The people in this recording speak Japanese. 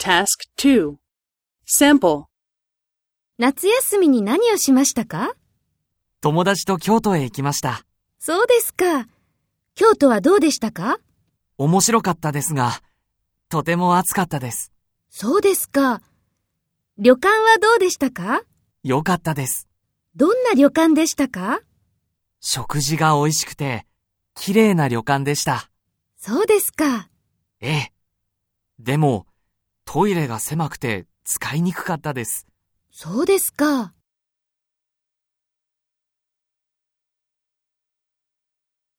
Task 2 Sample 夏休みに何をしましたか？ 友達と京都へ行きました。 そうですか。京都はどうでしたか？ 面白かったですが、とても暑かったです。 そうですか。旅館はどうでしたか？ 良かったです。 どんな旅館でしたか？ 食事が美味しくて、綺麗な旅館でした。 そうですか。 ええ。でも、トイレが狭くて使いにくかったです。 そうですか。